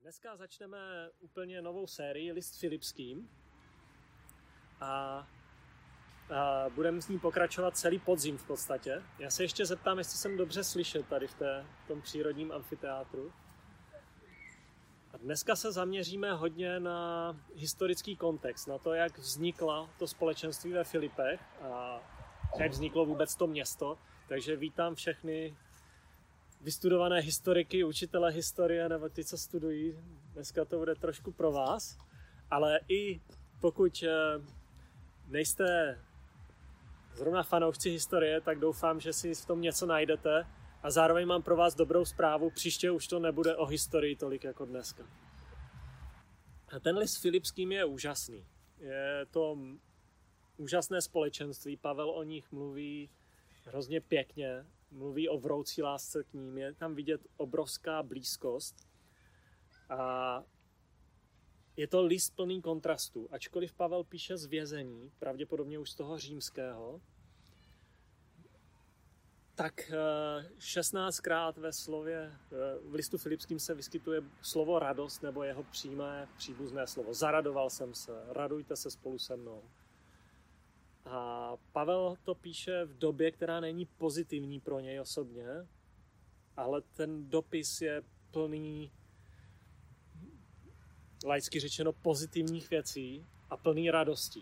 Dneska začneme úplně novou sérii List Filipským a budeme s ní pokračovat celý podzim v podstatě. Já se ještě zeptám, jestli jsem dobře slyšet tady v tom přírodním amfiteátru. A dneska se zaměříme hodně na historický kontext, na to, jak vzniklo to společenství ve Filipech a jak vzniklo vůbec to město. Takže vítám všechny vystudované historiky, učitele historie nebo ty, co studují. Dneska to bude trošku pro vás, ale i pokud nejste zrovna fanoušci historie, tak doufám, že si v tom něco najdete a zároveň mám pro vás dobrou zprávu, příště už to nebude o historii tolik jako dneska. A ten list Filipským je úžasný. Je to úžasné společenství, Pavel o nich mluví hrozně pěkně, mluví o vroucí lásce k ním, je tam vidět obrovská blízkost a je to list plný kontrastů. Ačkoliv Pavel píše z vězení, pravděpodobně už z toho římského, tak 16krát v listu Filipským se vyskytuje slovo radost nebo jeho přímé příbuzné slovo. Zaradoval jsem se, radujte se spolu se mnou. A Pavel to píše v době, která není pozitivní pro něj osobně, ale ten dopis je plný, laicky řečeno, pozitivních věcí a plný radosti.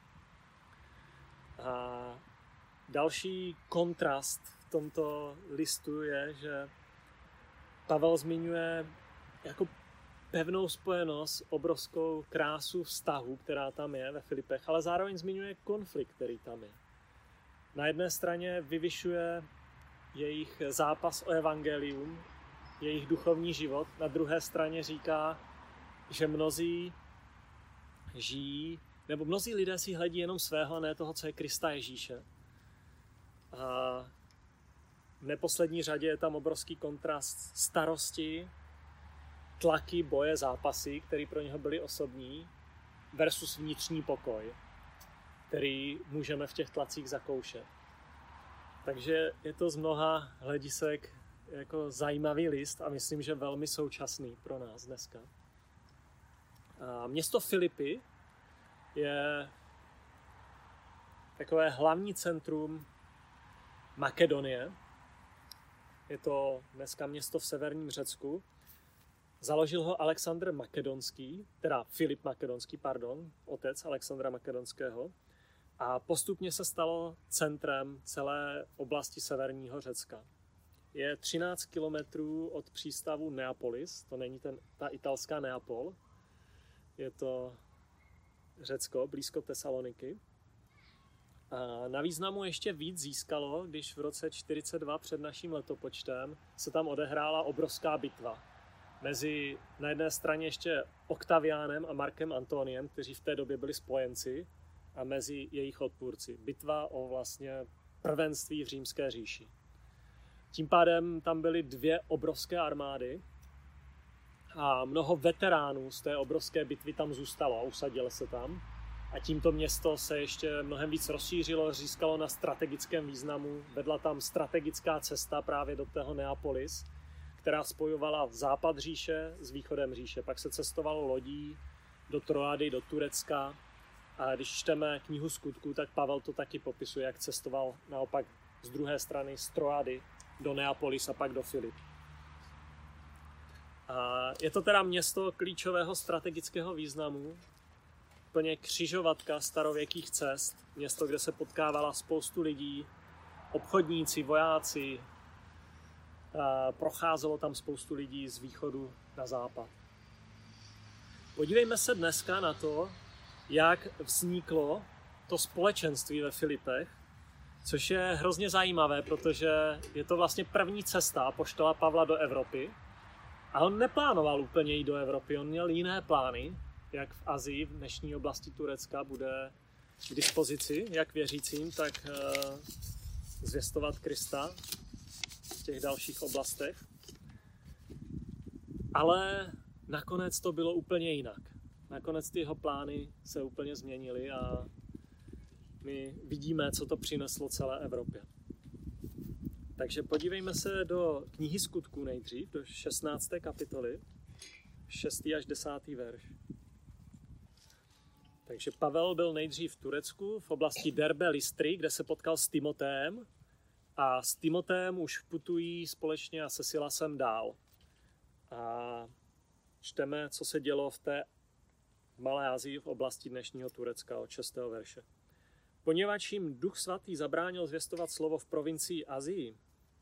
A další kontrast v tomto listu je, že Pavel zmiňuje jako pevnou spojenost, obrovskou krásu vztahu, která tam je ve Filipech, ale zároveň zmiňuje konflikt, který tam je. Na jedné straně vyvyšuje jejich zápas o evangelium, jejich duchovní život, na druhé straně říká, že mnozí lidé si hledí jenom svého a ne toho, co je Krista Ježíše. A v neposlední řadě je tam obrovský kontrast starosti, tlaky, boje, zápasy, které pro něho byly osobní, versus vnitřní pokoj, který můžeme v těch tlacích zakoušet. Takže je to z mnoha hledisek jako zajímavý list a myslím, že velmi současný pro nás dneska. A město Filipy je takové hlavní centrum Makedonie. Je to dneska město v severním Řecku. Založil ho Alexandr Makedonský, teda Filip Makedonský, otec Alexandra Makedonského. A postupně se stalo centrem celé oblasti severního Řecka. Je 13 kilometrů od přístavu Neapolis, to není ta italská Neapol, je to Řecko, blízko Tesaloniky. A na významu ještě víc získalo, když v roce 42 před naším letopočtem se tam odehrála obrovská bitva mezi na jedné straně ještě Oktaviánem a Markem Antoniem, kteří v té době byli spojenci, a mezi jejich odpůrci. Bitva o vlastně prvenství v Římské říši. Tím pádem tam byly dvě obrovské armády a mnoho veteránů z té obrovské bitvy tam zůstalo a usadilo se tam. A tímto město se ještě mnohem víc rozšířilo, získalo na strategickém významu. Vedla tam strategická cesta právě do tého Neapolis, která spojovala západ říše s východem říše. Pak se cestovalo lodí do Troady, do Turecka. A když čteme knihu Skutků, tak Pavel to taky popisuje, jak cestoval naopak z druhé strany z Troady do Neapolis a pak do Filip. A je to teda město klíčového strategického významu, plně křižovatka starověkých cest, město, kde se potkávala spoustu lidí, obchodníci, vojáci, procházelo tam spoustu lidí z východu na západ. Podívejme se dneska na to, jak vzniklo to společenství ve Filipech, což je hrozně zajímavé, protože je to vlastně první cesta apoštola Pavla do Evropy. A on neplánoval úplně jít do Evropy, on měl jiné plány, jak v Asii, v dnešní oblasti Turecka, bude k dispozici, jak věřícím, tak zvěstovat Krista v těch dalších oblastech. Ale nakonec to bylo úplně jinak. Nakonec ty jeho plány se úplně změnily a my vidíme, co to přineslo celé Evropě. Takže podívejme se do knihy Skutků nejdřív, do 16. kapitoly. 6. až 10. verš. Takže Pavel byl nejdřív v Turecku, v oblasti Derbe Lystry, kde se potkal s Timoteem a s Timoteem už putují společně a se Silasem dál. A čteme, co se dělo v té Malé Asii v oblasti dnešního Turecka od 6. verše. Poněvadž jim Duch Svatý zabránil zvěstovat slovo v provincii Asii,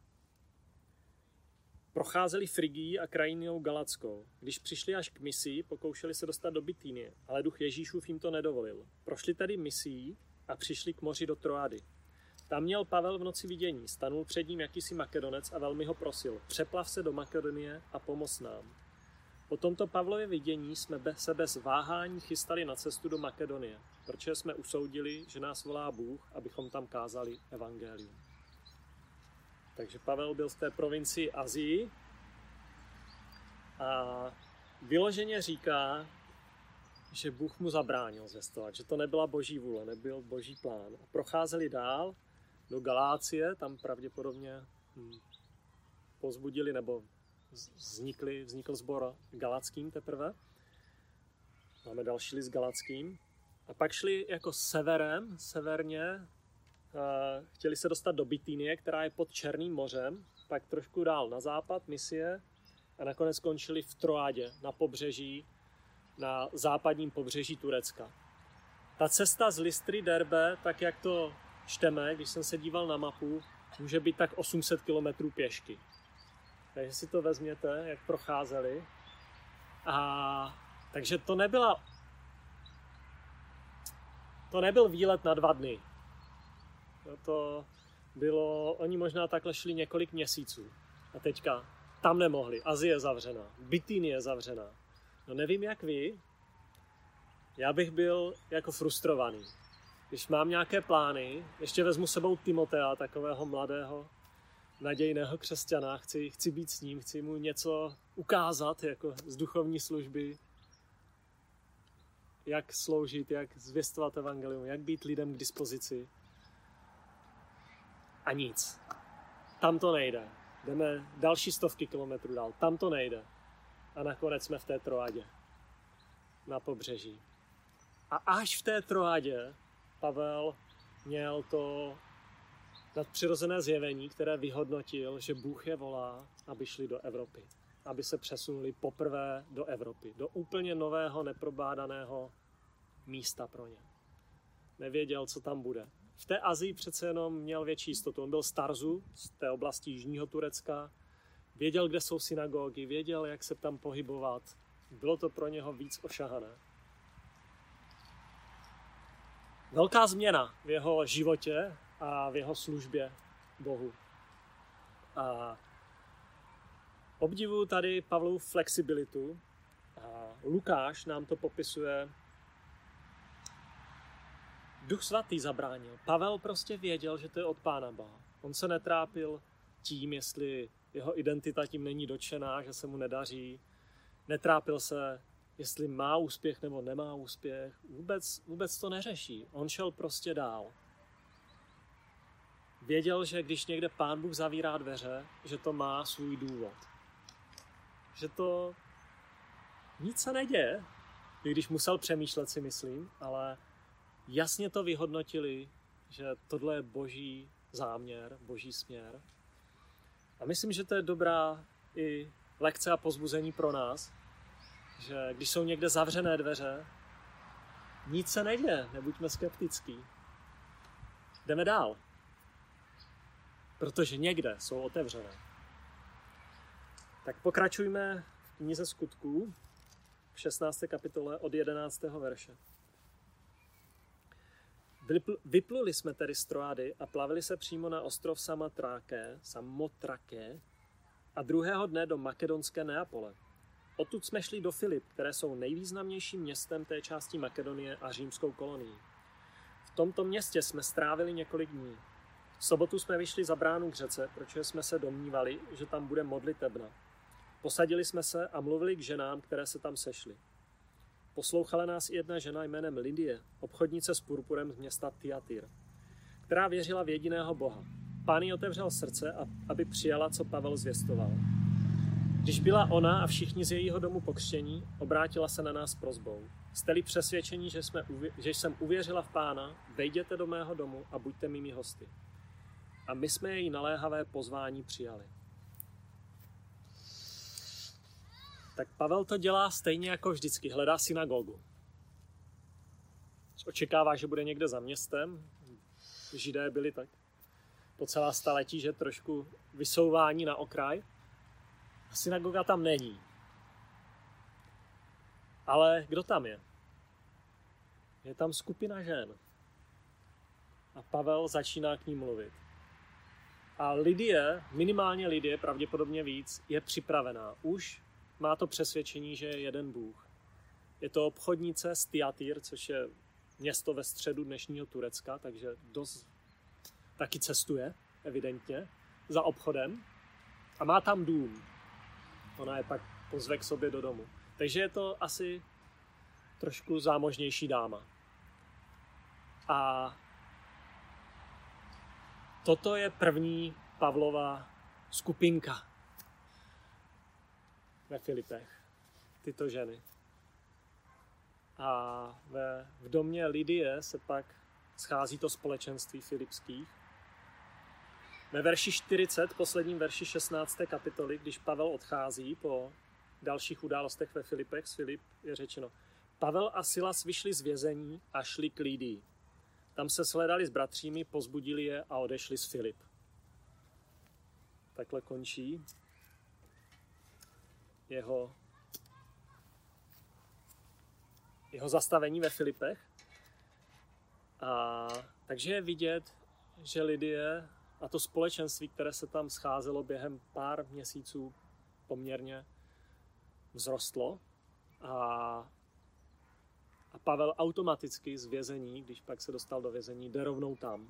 procházeli Frigií a krajinou Galackou. Když přišli až k Misii, pokoušeli se dostat do Bitínie, ale Duch Ježíšův jim to nedovolil. Prošli tedy Misií a přišli k moři do Troady. Tam měl Pavel v noci vidění, stanul před ním jakýsi Makedonec a velmi ho prosil, přeplav se do Makedonie a pomoz nám. Po tomto Pavlově vidění jsme se bez váhání chystali na cestu do Makedonie, protože jsme usoudili, že nás volá Bůh, abychom tam kázali evangelium. Takže Pavel byl v té provincii Asii a vyloženě říká, že Bůh mu zabránil zvěstovat, že to nebyla boží vůle, nebyl boží plán. A procházeli dál do Galácie, tam pravděpodobně pozbudili nebo vznikl sbor Galackým teprve. Máme další list Galackým. A pak šli jako severně, chtěli se dostat do Bitínie, která je pod Černým mořem, pak trošku dál na západ, Misie, a nakonec skončili v Troádě, na pobřeží, na západním pobřeží Turecka. Ta cesta z Lystry Derbe, tak jak to čteme, když jsem se díval na mapu, může být tak 800 km pěšky. Takže si to vezměte, jak procházeli. Takže to nebyl výlet na 2 dny. To bylo, oni možná takhle šli několik měsíců. A teďka tam nemohli. Asie je zavřená. Bitínie je zavřená. No nevím jak vy, já bych byl jako frustrovaný. Když mám nějaké plány, ještě vezmu sebou Timotea, takového mladého, nadějného křesťana, chci být s ním, chci mu něco ukázat jako z duchovní služby, jak sloužit, jak zvěstovat evangelium, jak být lidem k dispozici. A nic. Tam to nejde. Jdeme další 100 kilometrů dál. Tam to nejde. A nakonec jsme v té Troádě. Na pobřeží. A až v té Troádě Pavel měl to nadpřirozené zjevení, které vyhodnotil, že Bůh je volá, aby šli do Evropy. Aby se přesunuli poprvé do Evropy. Do úplně nového, neprobádaného místa pro ně. Nevěděl, co tam bude. V té Asii přece jenom měl větší jistotu. On byl z Tarzu, z té oblasti jižního Turecka. Věděl, kde jsou synagogy, věděl, jak se tam pohybovat. Bylo to pro něho víc ošahané. Velká změna v jeho životě a v jeho službě Bohu. A obdivuju tady Pavlovu flexibilitu. A Lukáš nám to popisuje. Duch Svatý zabránil. Pavel prostě věděl, že to je od Pána Boha. On se netrápil tím, jestli jeho identita tím není dotčená, že se mu nedaří. Netrápil se, jestli má úspěch nebo nemá úspěch. Vůbec to neřeší. On šel prostě dál. Věděl, že když někde Pán Bůh zavírá dveře, že to má svůj důvod. Že to nic se neděje, i když musel přemýšlet, si myslím, ale jasně to vyhodnotili, že tohle je boží záměr, boží směr. A myslím, že to je dobrá i lekce a povzbuzení pro nás, že když jsou někde zavřené dveře, nic se neděje, nebuďme skeptický. Jdeme dál, protože někde jsou otevřené. Tak pokračujme v knize Skutků v 16. kapitole od 11. verše. Vypluli jsme tedy z Troády a plavili se přímo na ostrov Samotraké a druhého dne do makedonské Neapole. Odtud jsme šli do Filip, které jsou nejvýznamnějším městem té části Makedonie a římskou kolonií. V tomto městě jsme strávili několik dní. V sobotu jsme vyšli za bránu k řece, protože jsme se domnívali, že tam bude modlitebna. Posadili jsme se a mluvili k ženám, které se tam sešly. Poslouchala nás i jedna žena jménem Lidie, obchodnice s purpurem z města Thyatira, která věřila v jediného Boha. Pán jí otevřel srdce, aby přijala, co Pavel zvěstoval. Když byla ona a všichni z jejího domu pokřtění, obrátila se na nás s prosbou. Jste-li přesvědčení, že jsem uvěřila v Pána, vejděte do mého domu a buďte mými hosty. A my jsme její naléhavé pozvání přijali. Tak Pavel to dělá stejně jako vždycky, hledá synagogu. Očekává, že bude někde za městem. Židé byli tak po celá staletí, že trošku vysouvání na okraj. A synagoga tam není. Ale kdo tam je? Je tam skupina žen. A Pavel začíná k ní mluvit. A Lidie, minimálně Lidie, pravděpodobně víc, je připravená. Už má to přesvědčení, že je jeden Bůh. Je to obchodnice z Tyatýr, což je město ve středu dnešního Turecka, takže dost taky cestuje, evidentně, za obchodem. A má tam dům. Ona je pak pozve k sobě do domu. Takže je to asi trošku zámožnější dáma. A toto je první Pavlova skupinka ve Filipech. Tyto ženy. A v domě Lidie se pak schází to společenství filipských. Ve verši 40, posledním verši 16. kapitoly, když Pavel odchází po dalších událostech ve Filipech, z Filip je řečeno: Pavel a Silas vyšli z vězení a šli k Lidii. Tam se shledali s bratřími, pozbudili je a odešli z Filip. Takhle končí jeho zastavení ve Filipech. Takže je vidět, že Lidie a to společenství, které se tam scházelo během pár měsíců, poměrně vzrostlo a Pavel automaticky z vězení, když pak se dostal do vězení, jde rovnou tam.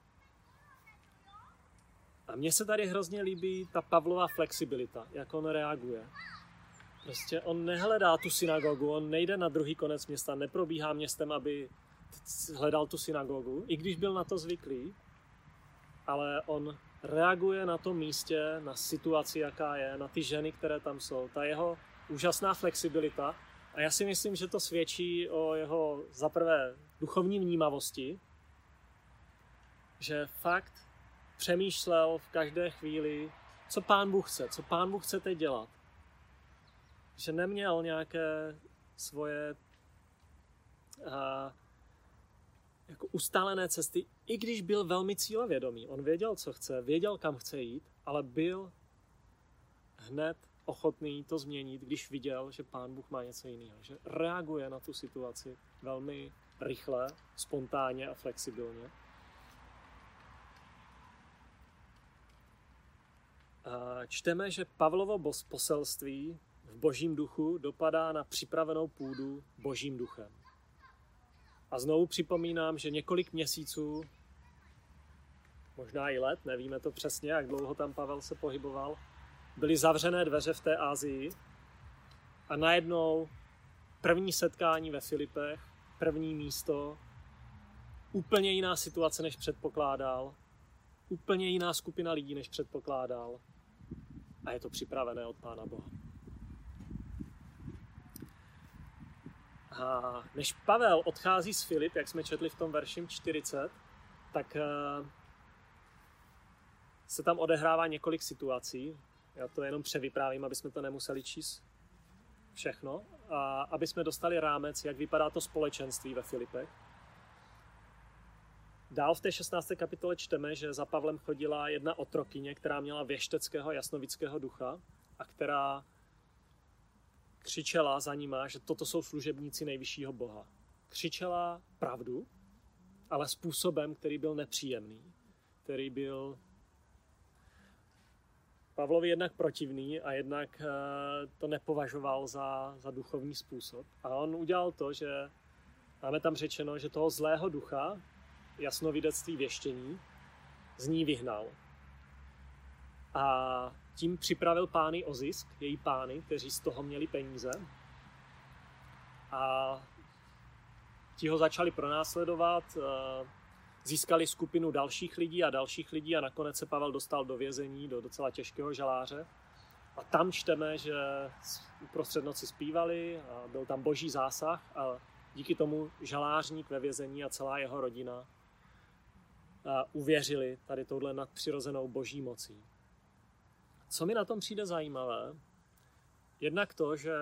A mně se tady hrozně líbí ta Pavlova flexibilita, jak on reaguje. Prostě on nehledá tu synagogu, on nejde na druhý konec města, neprobíhá městem, aby hledal tu synagogu, i když byl na to zvyklý, ale on reaguje na tom místě, na situaci, jaká je, na ty ženy, které tam jsou. Ta jeho úžasná flexibilita. A já si myslím, že to svědčí o jeho zaprvé duchovní vnímavosti, že fakt přemýšlel v každé chvíli, co Pán Bůh chce teď dělat. Že neměl nějaké svoje jako ustálené cesty, i když byl velmi cílevědomý. On věděl, co chce, věděl, kam chce jít, ale byl hned ochotný to změnit, když viděl, že Pán Bůh má něco jiného. Že reaguje na tu situaci velmi rychle, spontánně a flexibilně. A čteme, že Pavlovo poselství v Božím duchu dopadá na připravenou půdu Božím duchem. A znovu připomínám, že několik měsíců, možná i let, nevíme to přesně, jak dlouho tam Pavel se pohyboval, byly zavřené dveře v té Asii a najednou první setkání ve Filipech, první místo, úplně jiná situace, než předpokládal, úplně jiná skupina lidí, než předpokládal a je to připravené od Pána Boha. A než Pavel odchází z Filip, jak jsme četli v tom verši 40, tak se tam odehrává několik situací. Já to jenom převyprávím, aby jsme to nemuseli číst všechno. A aby jsme dostali rámec, jak vypadá to společenství ve Filipech. Dál v té 16. kapitole čteme, že za Pavlem chodila jedna otrokyně, která měla věšteckého jasnovického ducha a která křičela za nima, že toto jsou služebníci nejvyššího Boha. Křičela pravdu, ale způsobem, který byl nepříjemný, který byl Pavlovi jednak protivný a jednak to nepovažoval za duchovní způsob. A on udělal to, že máme tam řečeno, že toho zlého ducha, jasnovidectví, věštění, z ní vyhnal. A tím připravil pány o zisk, její pány, kteří z toho měli peníze. A ti ho začali pronásledovat, získali skupinu dalších lidí a nakonec se Pavel dostal do vězení, do docela těžkého žaláře. A tam čteme, že uprostřed noci zpívali a byl tam boží zásah a díky tomu žalářník ve vězení a celá jeho rodina uvěřili tady touhle nadpřirozenou boží mocí. Co mi na tom přijde zajímavé, jednak to, že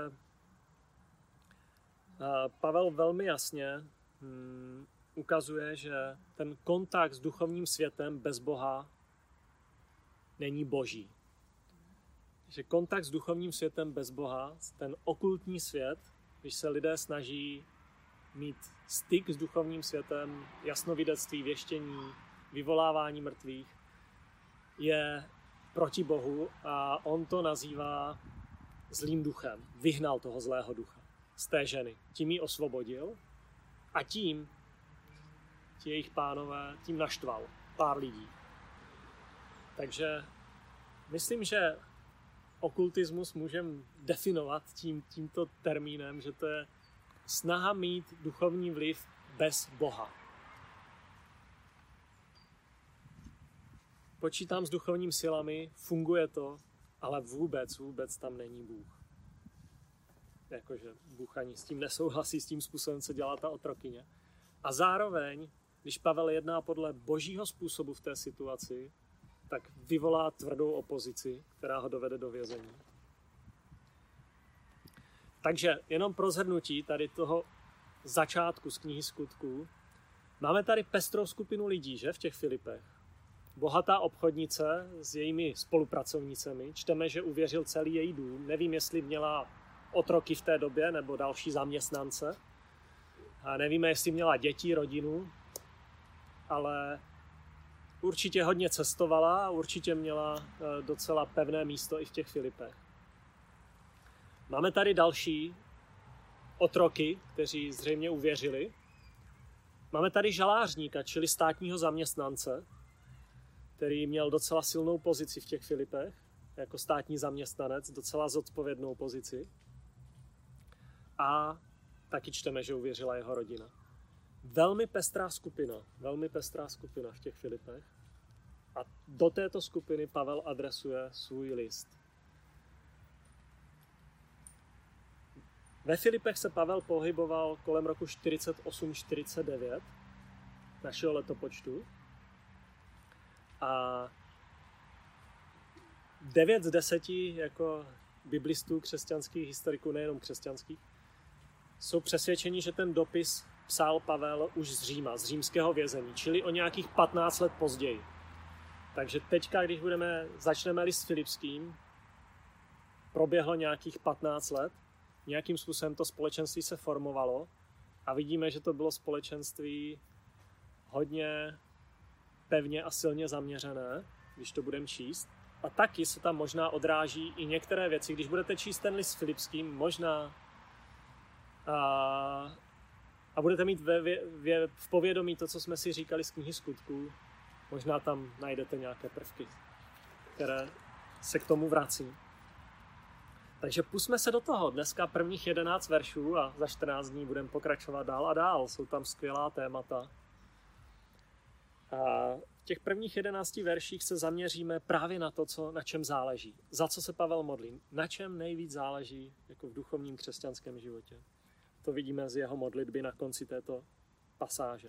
Pavel velmi jasně ukazuje, že ten kontakt s duchovním světem bez Boha není boží. Že kontakt s duchovním světem bez Boha, ten okultní svět, když se lidé snaží mít styk s duchovním světem, jasnovidectví, věštění, vyvolávání mrtvých, je proti Bohu a on to nazývá zlým duchem. Vyhnal toho zlého ducha z té ženy. Tím ji osvobodil a tím ti jejich pánové tím naštval pár lidí. Takže myslím, že okultismus můžeme definovat tímto termínem, že to je snaha mít duchovní vliv bez Boha. Počítám s duchovním silami, funguje to, ale vůbec tam není Bůh. Jakože Bůh ani s tím nesouhlasí, s tím způsobem, co dělá ta otrokyně. A zároveň, když Pavel jedná podle božího způsobu v té situaci, tak vyvolá tvrdou opozici, která ho dovede do vězení. Takže jenom pro shrnutí tady toho začátku z knihy Skutků. Máme tady pestrou skupinu lidí, že, v těch Filipech. Bohatá obchodnice s jejími spolupracovnicemi. Čteme, že uvěřil celý její dům. Nevím, jestli měla otroky v té době nebo další zaměstnance. A nevíme, jestli měla děti, rodinu, ale určitě hodně cestovala a určitě měla docela pevné místo i v těch Filipech. Máme tady další otroky, kteří zřejmě uvěřili. Máme tady žalářníka, čili státního zaměstnance, který měl docela silnou pozici v těch Filipech, jako státní zaměstnanec, docela zodpovědnou pozici. A taky čteme, že uvěřila jeho rodina. Velmi pestrá skupina v těch Filipech. A do této skupiny Pavel adresuje svůj list. Ve Filipech se Pavel pohyboval kolem roku 48-49 našeho letopočtu. A 9 z 10 jako biblistů, křesťanských historiků, nejenom křesťanských, jsou přesvědčeni, že ten dopis psal Pavel už z Říma, z římského vězení, čili o nějakých 15 let později. Takže teďka, když začneme list filipským, proběhlo nějakých 15 let, nějakým způsobem to společenství se formovalo a vidíme, že to bylo společenství hodně pevně a silně zaměřené, když to budeme číst. A taky se tam možná odráží i některé věci. Když budete číst ten list filipským, možná a budete mít v povědomí to, co jsme si říkali z knihy Skutků, možná tam najdete nějaké prvky, které se k tomu vrací. Takže pusťme se do toho. Dneska prvních 11 veršů a za 14 dní budeme pokračovat dál a dál. Jsou tam skvělá témata. A v těch prvních 11 verších se zaměříme právě na to, na čem záleží. Za co se Pavel modlí. Na čem nejvíc záleží jako v duchovním křesťanském životě. To vidíme z jeho modlitby na konci této pasáže.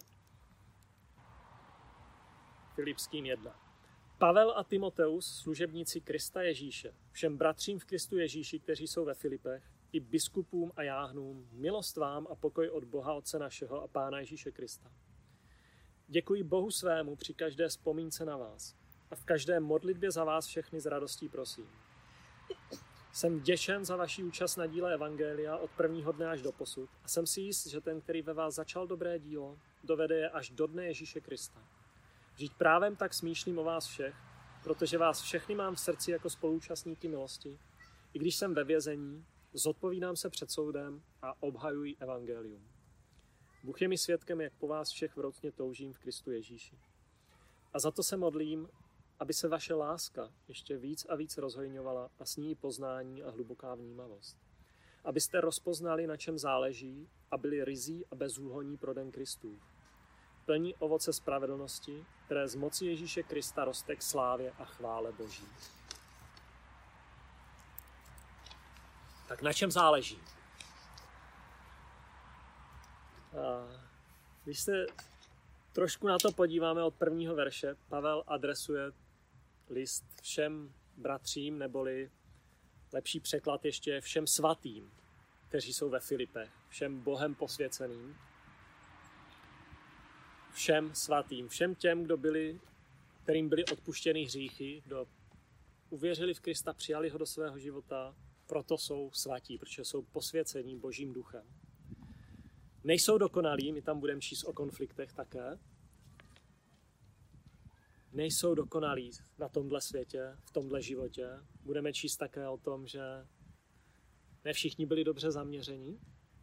Filipským 1. Pavel a Timoteus, služebníci Krista Ježíše, všem bratřím v Kristu Ježíši, kteří jsou ve Filipech, i biskupům a jáhnům, milost vám a pokoj od Boha Otce našeho a Pána Ježíše Krista. Děkuji Bohu svému při každé vzpomínce na vás a v každé modlitbě za vás všechny s radostí prosím. Jsem vděčen za vaši účast na díle Evangelia od prvního dne až do posud a jsem si jist, že ten, který ve vás začal dobré dílo, dovede je až do dne Ježíše Krista. Žít právem tak smýšlím o vás všech, protože vás všechny mám v srdci jako spoluúčastníky milosti. I když jsem ve vězení, zodpovídám se před soudem a obhajuji evangelium. Bůh je mi svědkem, jak po vás všech vrotně toužím v Kristu Ježíši. A za to se modlím, aby se vaše láska ještě víc a víc rozhojňovala a s ní poznání a hluboká vnímavost. Abyste rozpoznali, na čem záleží a byli ryzí a bezúhonní pro den Kristův. Plní ovoce spravedlnosti, které z moci Ježíše Krista roste k slávě a chvále Boží. Tak na čem záleží? Když se trošku na to podíváme od prvního verše, Pavel adresuje list všem bratřím, neboli lepší překlad ještě všem svatým, kteří jsou ve Filipech, všem Bohem posvěceným, všem svatým, všem těm, kterým byly odpuštěny hříchy, kdo uvěřili v Krista, přijali ho do svého života, proto jsou svatí, protože jsou posvěcení Božím duchem. Nejsou dokonalí, my tam budeme číst o konfliktech také. Nejsou dokonalí na tomhle světě, v tomhle životě. Budeme číst také o tom, že ne všichni byli dobře zaměření.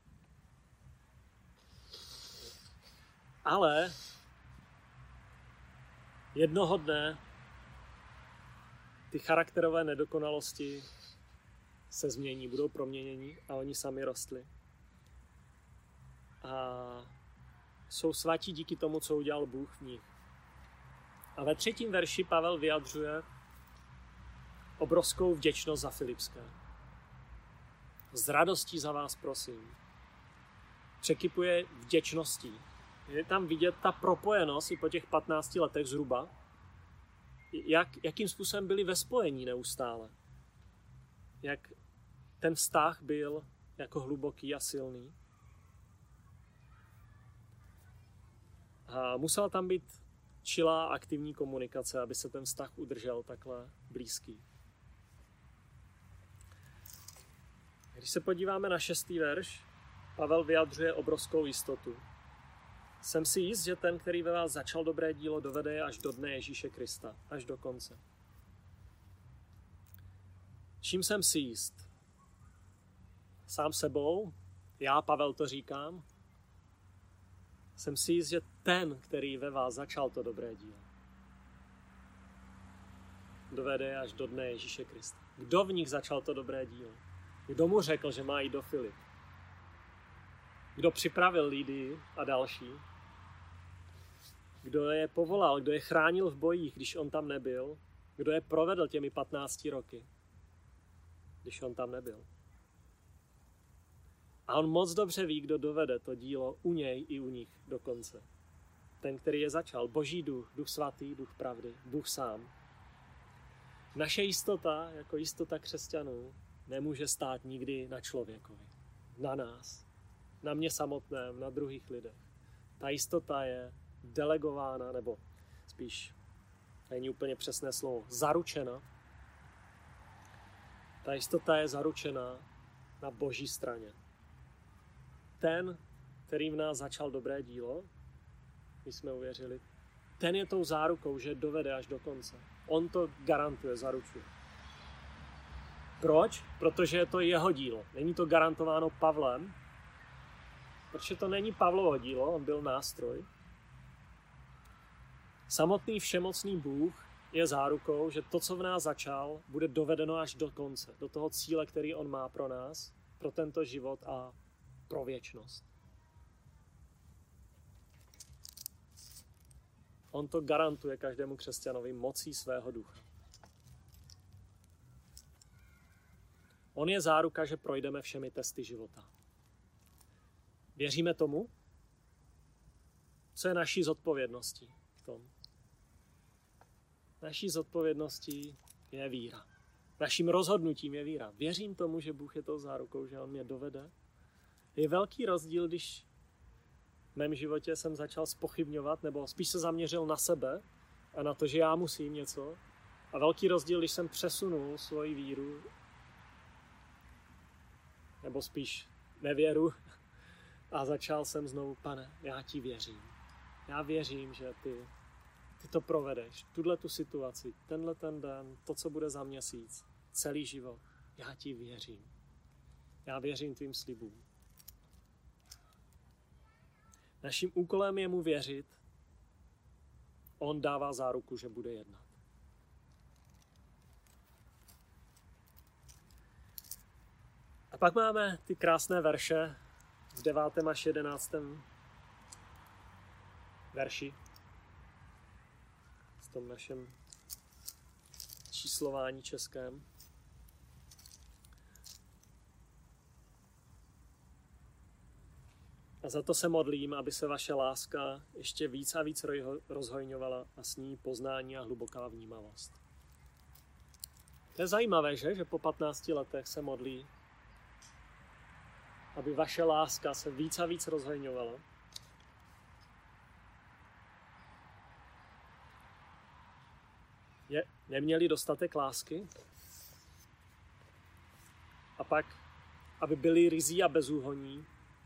Ale jednoho dne ty charakterové nedokonalosti se změní, budou proměnění a oni sami rostli. A jsou svatí díky tomu, co udělal Bůh v nich. A ve 3. verši Pavel vyjadřuje obrovskou vděčnost za Filipské. S radostí za vás prosím. Překypuje vděčností. Je tam vidět ta propojenost i po těch 15 letech zhruba, jakým způsobem byli ve spojení neustále. Jak ten vztah byl jako hluboký a silný. A musela tam být čilá aktivní komunikace, aby se ten vztah udržel takhle blízký. Když se podíváme na 6. verš, Pavel vyjadřuje obrovskou jistotu. Jsem si jist, že ten, který ve vás začal dobré dílo, dovede je až do dne Ježíše Krista, až do konce. Čím jsem si jist? Sám sebou? Já, Pavel, to říkám? Jsem si jist, že ten, který ve vás začal to dobré dílo, dovede je až do dne Ježíše Krista. Kdo v nich začal to dobré dílo? Kdo mu řekl, že má jít do Filip? Kdo připravil Lidii a další? Kdo je povolal, kdo je chránil v bojích, když on tam nebyl? Kdo je provedl těmi 15 roky, když on tam nebyl? A on moc dobře ví, kdo dovede to dílo u něj i u nich do konce. Ten, který je začal. Boží duch, duch svatý, duch pravdy, Bůh sám. Naše jistota, jako jistota křesťanů, nemůže stát nikdy na člověkovi. Na nás. Na mě samotném, na druhých lidech. Ta jistota je delegována, nebo spíš, není úplně přesné slovo, zaručena. Ta jistota je zaručena na Boží straně. Ten, který v nás začal dobré dílo, my jsme uvěřili, ten je tou zárukou, že dovede až do konce. On to garantuje, zaručuje. Proč? Protože je to jeho dílo. Není to garantováno Pavlem, protože to není Pavlovo dílo, on byl nástroj. Samotný všemocný Bůh je zárukou, že to, co v nás začal, bude dovedeno až do konce, do toho cíle, který on má pro nás, pro tento život a pro věčnost. On to garantuje každému křesťanovi mocí svého ducha. On je záruka, že projdeme všemi testy života. Věříme tomu? Co je naší zodpovědností v tom? Naší zodpovědností je víra. Naším rozhodnutím je víra. Věřím tomu, že Bůh je tou zárukou, že on mě dovede. Je velký rozdíl, když v mém životě jsem začal zpochybňovat, nebo spíš se zaměřil na sebe a na to, že já musím něco. A velký rozdíl, když jsem přesunul svoji víru, nebo spíš nevěru, a začal jsem znovu, Pane, já ti věřím. Já věřím, že ty to provedeš, tu situaci, tenhle ten den, to, co bude za měsíc, celý život. Já ti věřím. Já věřím tvým slibům. Naším úkolem je mu věřit. On dává záruku, že bude jednat. A pak máme ty krásné verše v 9. až 11. verši. V tom našem číslování českém. A za to se modlím, aby se vaše láska ještě víc a víc rozhojňovala a s ní poznání a hluboká vnímavost. To je zajímavé, že po 15 letech se modlí, aby vaše láska se víc a víc rozhojňovala. Neměli dostatek lásky? A pak, aby byli ryzí a bezúhonní?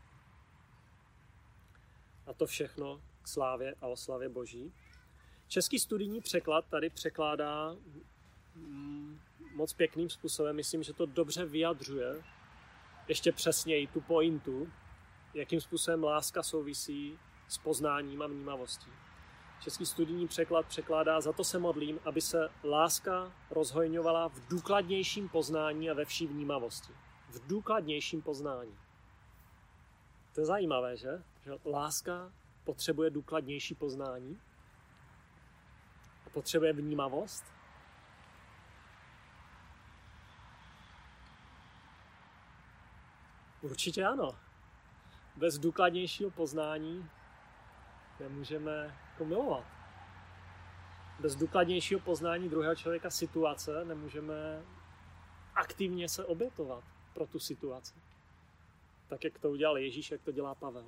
A to všechno k slávě a oslavě Boží. Český studijní překlad tady překládá moc pěkným způsobem. Myslím, že to dobře vyjadřuje ještě přesněji tu pointu, jakým způsobem láska souvisí s poznáním a vnímavostí. Český studijní překlad překládá: za to se modlím, aby se láska rozhojňovala v důkladnějším poznání a ve vší vnímavosti. V důkladnějším poznání. To je zajímavé, že? Že láska potřebuje důkladnější poznání a potřebuje vnímavost. Určitě ano. Bez důkladnějšího poznání nemůžeme milovat. Bez důkladnějšího poznání druhého člověka situace nemůžeme aktivně se obětovat pro tu situaci. Tak, jak to udělal Ježíš, jak to dělá Pavel.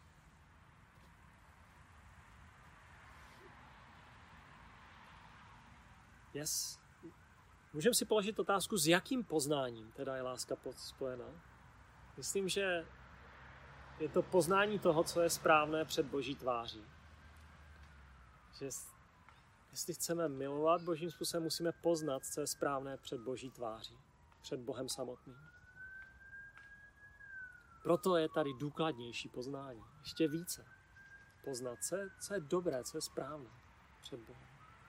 Yes. Můžeme si položit otázku, s jakým poznáním teda je láska spojená. Myslím, že je to poznání toho, co je správné před Boží tváří. Že jestli chceme milovat Božím způsobem, musíme poznat, co je správné před Boží tváří. Před Bohem samotným. Proto je tady důkladnější poznání. Ještě více. Poznat, co je dobré, co je správné před Bohem.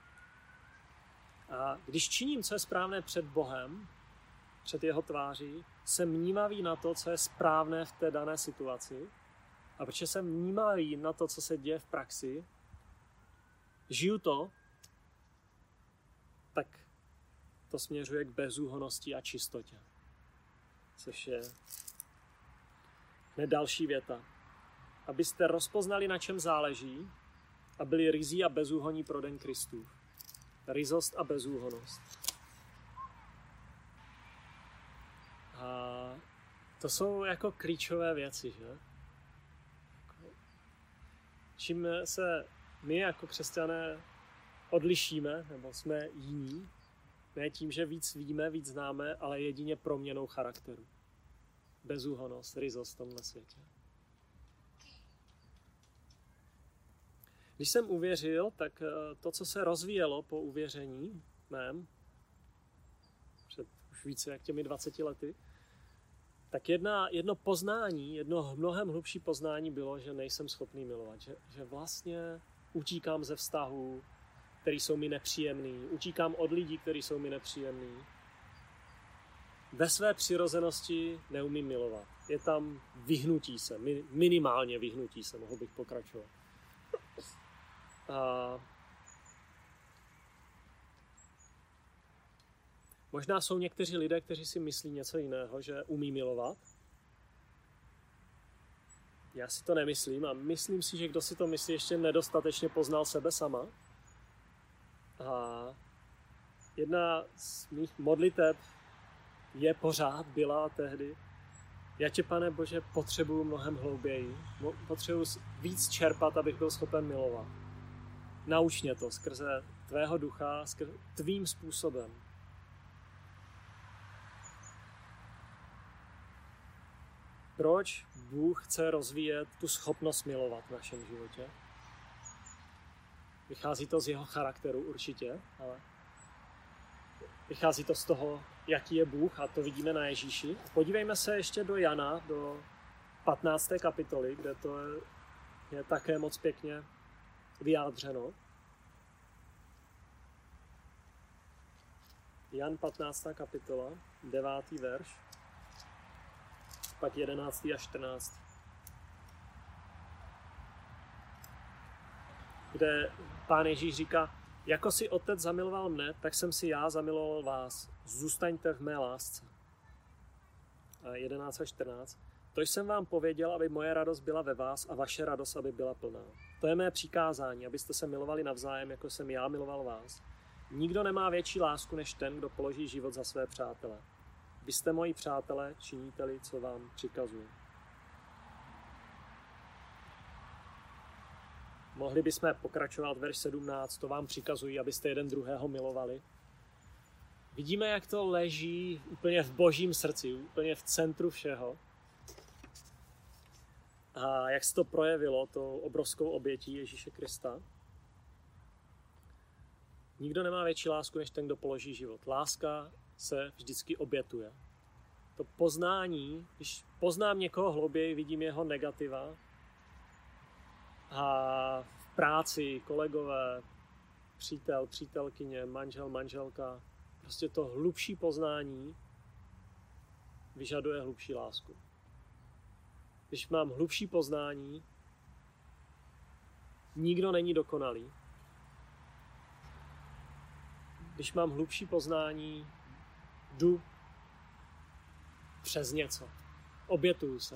A když činím, co je správné před Bohem, před jeho tváří, jsem vnímavý na to, co je správné v té dané situaci. A protože jsem vnímavý na to, co se děje v praxi, žiju to, tak to směřuje k bezúhonnosti a čistotě. Což je další věta. Abyste rozpoznali, na čem záleží a byli ryzí a bezúhonní pro den Kristův. Ryzost a bezúhonnost. A to jsou jako klíčové věci, že? Čím se my jako křesťané odlišíme, nebo jsme jiní, ne tím, že víc víme, víc známe, ale jedině proměnou charakteru. Bezúhonnost, ryzost v tomhle světě. Když jsem uvěřil, tak to, co se rozvíjelo po uvěření mém, před už více jak těmi 20 lety, tak jedno poznání, jedno mnohem hlubší poznání bylo, že nejsem schopný milovat. Že vlastně utíkám ze vztahů, který jsou mi nepříjemný. Utíkám od lidí, kteří jsou mi nepříjemný. Ve své přirozenosti neumím milovat. Je tam vyhnutí se, minimálně vyhnutí se, mohl bych pokračovat. A možná jsou někteří lidé, kteří si myslí něco jiného, že umí milovat. Já si to nemyslím a myslím si, že kdo si to myslí, ještě nedostatečně poznal sebe sama. A jedna z mých modliteb byla tehdy: já tě, Pane Bože, potřebuju mnohem hlouběji. Potřebuju víc čerpat, abych byl schopen milovat. Nauč mě to skrze tvého ducha, skrze tvým způsobem. Proč Bůh chce rozvíjet tu schopnost milovat v našem životě? Vychází to z jeho charakteru určitě, ale vychází to z toho, jaký je Bůh, a to vidíme na Ježíši. Podívejme se ještě do Jana, do 15. kapitoly, kde to je také moc pěkně vyjádřeno. Jan 15. kapitola, 9. verš, pak 11. a 14. Kde Pán Ježíš říká: jako si Otec zamiloval mne, tak jsem si já zamiloval vás. Zůstaňte v mé lásce. A 11 a 14. To jsem vám pověděl, aby moje radost byla ve vás a vaše radost, aby byla plná. To je mé přikázání, abyste se milovali navzájem, jako jsem já miloval vás. Nikdo nemá větší lásku, než ten, kdo položí život za své přátele. Vy jste moji přátelé, činíte-li, co vám přikazuji. Mohli bychom pokračovat verš 17, to vám přikazují, abyste jeden druhého milovali. Vidíme, jak to leží úplně v božím srdci, úplně v centru všeho. A jak se to projevilo, tou obrovskou obětí Ježíše Krista. Nikdo nemá větší lásku, než ten, kdo položí život. Láska se vždycky obětuje. To poznání, když poznám někoho hlouběji, vidím jeho negativa. A v práci, kolegové, přítel, přítelkyně, manžel, manželka, prostě to hlubší poznání vyžaduje hlubší lásku. Když mám hlubší poznání, nikdo není dokonalý. Když mám hlubší poznání, jdu přes něco. Obětuju se.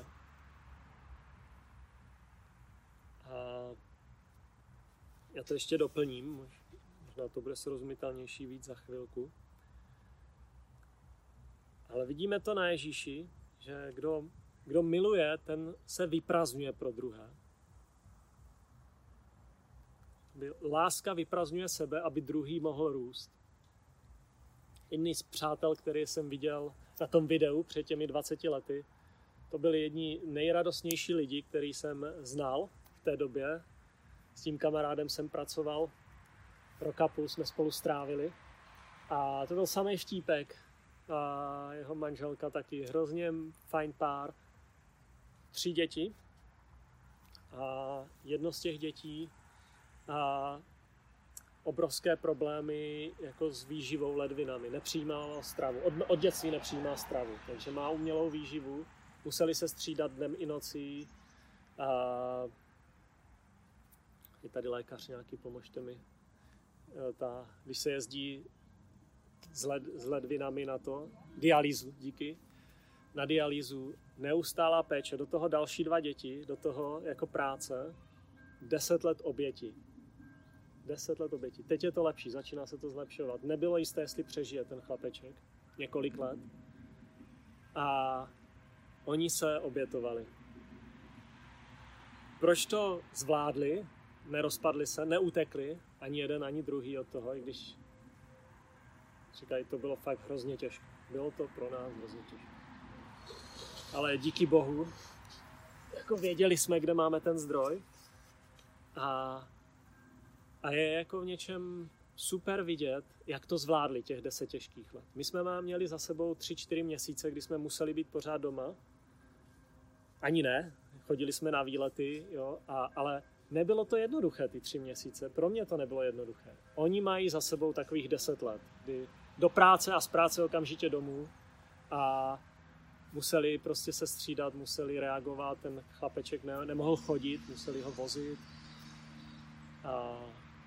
A já to ještě doplním, možná to bude srozumitelnější víc za chvilku. Ale vidíme to na Ježíši, že kdo miluje, ten se vyprazdňuje pro druhé. Láska vyprazdňuje sebe, aby druhý mohl růst. Jedný z přátel, který jsem viděl na tom videu před těmi 20 lety, to byli jedni nejradostnější lidi, který jsem znal v té době. S tím kamarádem jsem pracoval, rok a půl jsme spolu strávili. A to byl samý vtípek. A jeho manželka taky, hrozně fajn pár. 3 děti. A jedno z těch dětí a obrovské problémy jako s výživou, ledvinami. Nepřijímala stravu. Od dětství nepřijímá stravu. Takže má umělou výživu. Museli se střídat dnem i nocí. A je tady lékař nějaký, pomožte mi. Když se jezdí s ledvinami na to, dialýzu, díky, na dialýzu, neustálá péče, do toho další 2 děti, do toho jako práce, 10 let oběti. 10 let oběti. Teď je to lepší, začíná se to zlepšovat. Nebylo jisté, jestli přežije ten chlapeček několik let. A oni se obětovali. Proč to zvládli? Nerozpadli se, neutekli, ani jeden, ani druhý od toho, i když říkají, to bylo fakt hrozně těžké. Bylo to pro nás hrozně těžké. Ale díky Bohu, jako věděli jsme, kde máme ten zdroj a je jako v něčem super vidět, jak to zvládli těch 10 těžkých let. My jsme měli za sebou 3-4 měsíce, kdy jsme museli být pořád doma. Ani ne, chodili jsme na výlety, jo, ale nebylo to jednoduché ty 3 měsíce. Pro mě to nebylo jednoduché. Oni mají za sebou takových 10 let, kdy do práce a z práce okamžitě domů a museli prostě se střídat, museli reagovat, ten chlapeček nemohl chodit, museli ho vozit. A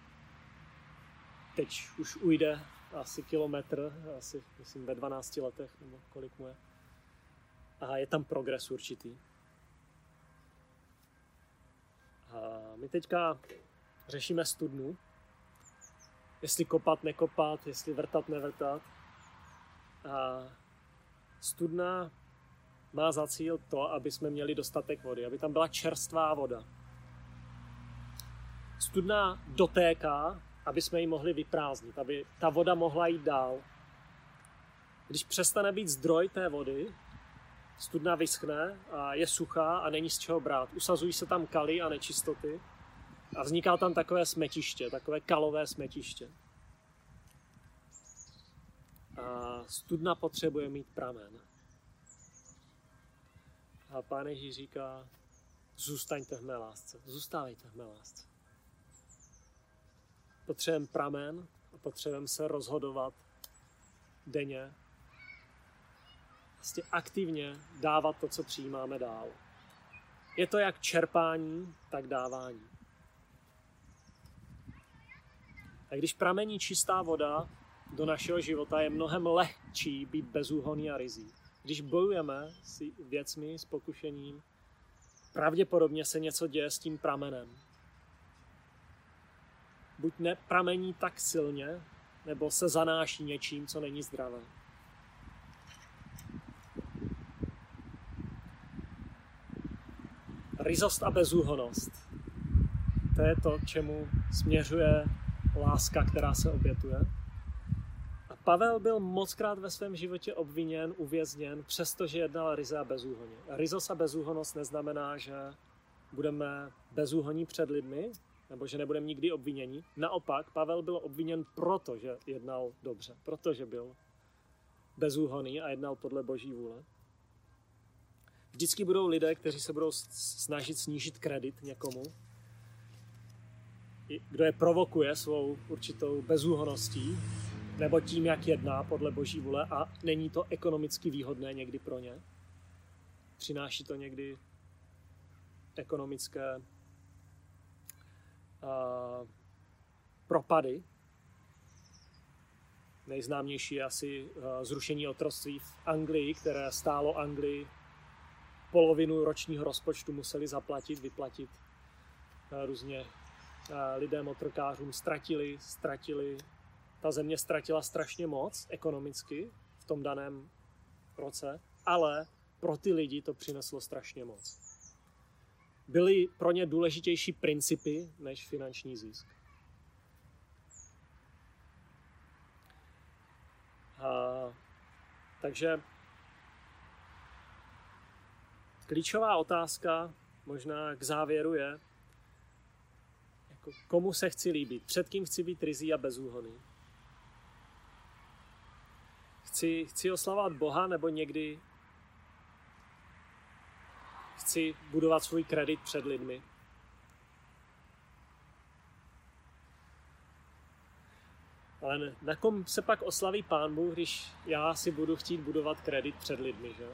teď už ujde asi kilometr, asi myslím ve 12 letech, nebo kolik mu je. A je tam progres určitý. A my teďka řešíme studnu, jestli kopat, nekopat, jestli vrtat, nevrtat. A studna má za cíl to, aby jsme měli dostatek vody, aby tam byla čerstvá voda. Studna dotéká, aby jsme ji mohli vyprázdnit, aby ta voda mohla jít dál. Když přestane být zdroj té vody, studna vyschne a je suchá a není z čeho brát. Usazují se tam kaly a nečistoty a vzniká tam takové smetiště, takové kalové smetiště. A studna potřebuje mít pramen. A Pán Ježíš říká, zůstaňte v mé lásce, zůstávejte v mé lásce. Potřebujeme pramen a potřebujeme se rozhodovat denně. Vlastně aktivně dávat to, co přijímáme dál. Je to jak čerpání, tak dávání. A když pramení čistá voda do našeho života, je mnohem lehčí být bezúhonný a ryzí. Když bojujeme s věcmi, s pokušením, pravděpodobně se něco děje s tím pramenem. Buď nepramení tak silně, nebo se zanáší něčím, co není zdravé. Ryzost a bezúhonnost. To je to, k čemu směřuje láska, která se obětuje. A Pavel byl mockrát ve svém životě obviněn, uvězněn, přestože jednal ryze a bezúhonně. Ryzost a bezúhonnost neznamená, že budeme bezúhonní před lidmi, nebo že nebudeme nikdy obviněni. Naopak, Pavel byl obviněn proto, že jednal dobře, protože byl bezúhonný a jednal podle Boží vůle. Vždycky budou lidé, kteří se budou snažit snížit kredit někomu, kdo je provokuje svou určitou bezúhonností, nebo tím, jak jedná podle Boží vůle a není to ekonomicky výhodné někdy pro ně. Přináší to někdy ekonomické propady. Nejznámější je asi zrušení otroctví v Anglii, které stálo Anglii polovinu ročního rozpočtu museli vyplatit různě lidem, otrokářům, ztratili. Ta země ztratila strašně moc ekonomicky v tom daném roce, ale pro ty lidi to přineslo strašně moc. Byly pro ně důležitější principy než finanční zisk. Takže klíčová otázka možná k závěru je, jako komu se chci líbit, před kým chci být ryzí a bezúhonný. Chci oslavovat Boha, nebo někdy chci budovat svůj kredit před lidmi. Ale na kom se pak oslaví Pán Bůh, když já si budu chtít budovat kredit před lidmi, že?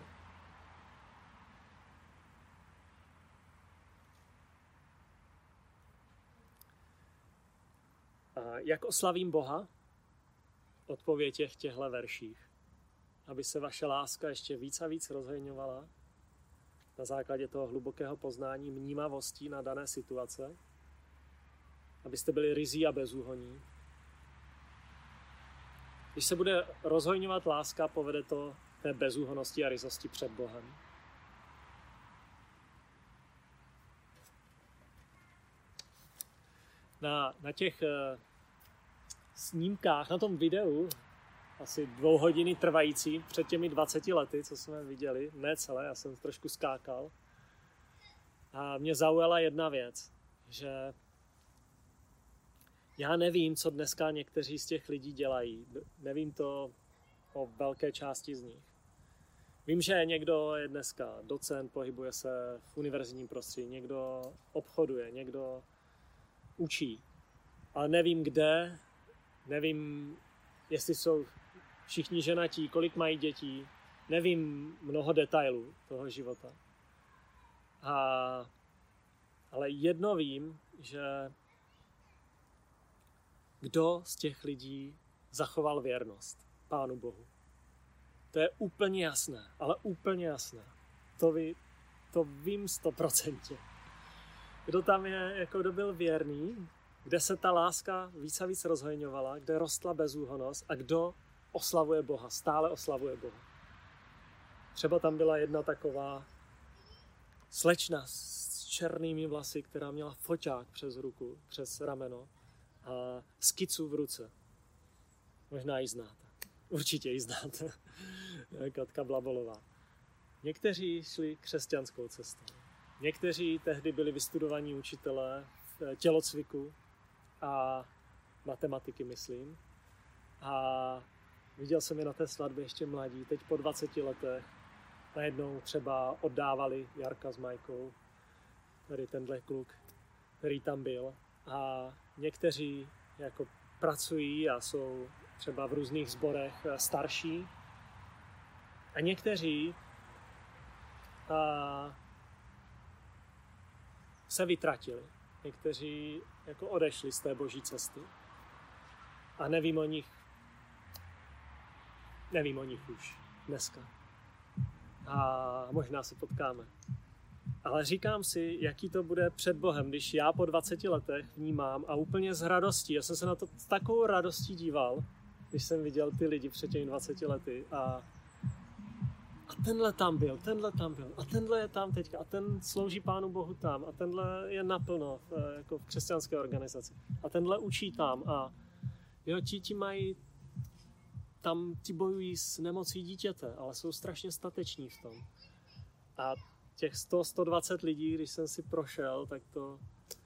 A jak oslavím Boha? Odpověď je v těchto verších. Aby se vaše láska ještě víc a víc rozhojňovala na základě toho hlubokého poznání vnímavostí na dané situace. Abyste byli ryzí a bezúhonní. Když se bude rozhojňovat láska, povede to té bezúhonnosti a ryzosti před Bohem. Na těch snímkách, na tom videu, asi 2 hodiny trvající, před těmi 20 lety, co jsme viděli, ne celé, já jsem trošku skákal. A mě zaujala jedna věc, že já nevím, co dneska někteří z těch lidí dělají. Nevím to o velké části z nich. Vím, že někdo je dneska docent, pohybuje se v univerzitním prostředí, někdo obchoduje, někdo učí. Ale nevím kde, nevím, jestli jsou všichni ženatí, kolik mají dětí, nevím mnoho detailů toho života. Ale jedno vím, že kdo z těch lidí zachoval věrnost Pánu Bohu. To je úplně jasné, ale úplně jasné. To vím 100%. Kdo tam je, jako kdo byl věrný, kde se ta láska víc a víc rozhojňovala, kde rostla bezúhonnost a kdo oslavuje Boha, stále oslavuje Boha. Třeba tam byla jedna taková slečna s černými vlasy, která měla foťák přes ruku, přes rameno a skicu v ruce. Možná ji znáte. Určitě ji znáte. Katka Blabolová. Někteří šli křesťanskou cestou. Někteří tehdy byli vystudovaní učitelé v tělocviku a matematiky, myslím. A viděl jsem je na té svatbě ještě mladí. Teď po 20 letech najednou třeba oddávali Jarka s Majkou, tady tenhle kluk, který tam byl. A někteří jako pracují a jsou třeba v různých sborech starší. A někteří se vytratili. Někteří jako odešli z té boží cesty. A nevím o nich už dneska. a možná se potkáme. Ale říkám si, jaký to bude před Bohem, když já po 20 letech vnímám a úplně s radostí, já jsem se na to s takovou radostí díval, když jsem viděl ty lidi před těmi 20 lety a tenhle tam byl a tenhle je tam teďka a ten slouží Pánu Bohu tam a tenhle je naplno jako v křesťanské organizaci a tenhle učí tam a jo, ti mají tam, ti bojují s nemocí dítěte, ale jsou strašně stateční v tom. A těch 100-120 lidí, když jsem si prošel, tak to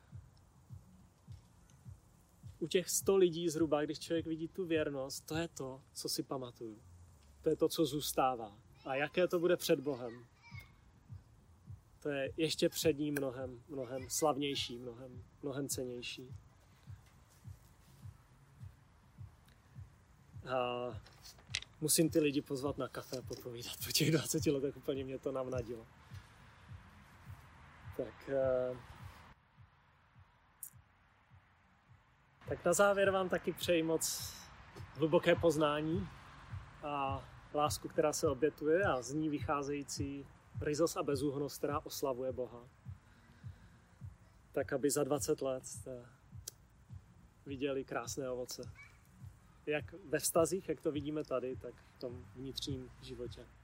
u těch 100 lidí zhruba, když člověk vidí tu věrnost, to je to, co si pamatuju. To je to, co zůstává. A jaké to bude před Bohem? To je ještě před ním mnohem slavnější, mnohem cennější. A musím ty lidi pozvat na kafe a popovídat. Po těch 20 letech úplně mě to navnadilo. Tak na závěr vám taky přeji moc hluboké poznání a lásku, která se obětuje a z ní vycházející ryzost a bezúhonnost, která oslavuje Boha. Tak, aby za 20 let jste viděli krásné ovoce. Jak ve vztazích, jak to vidíme tady, tak v tom vnitřním životě.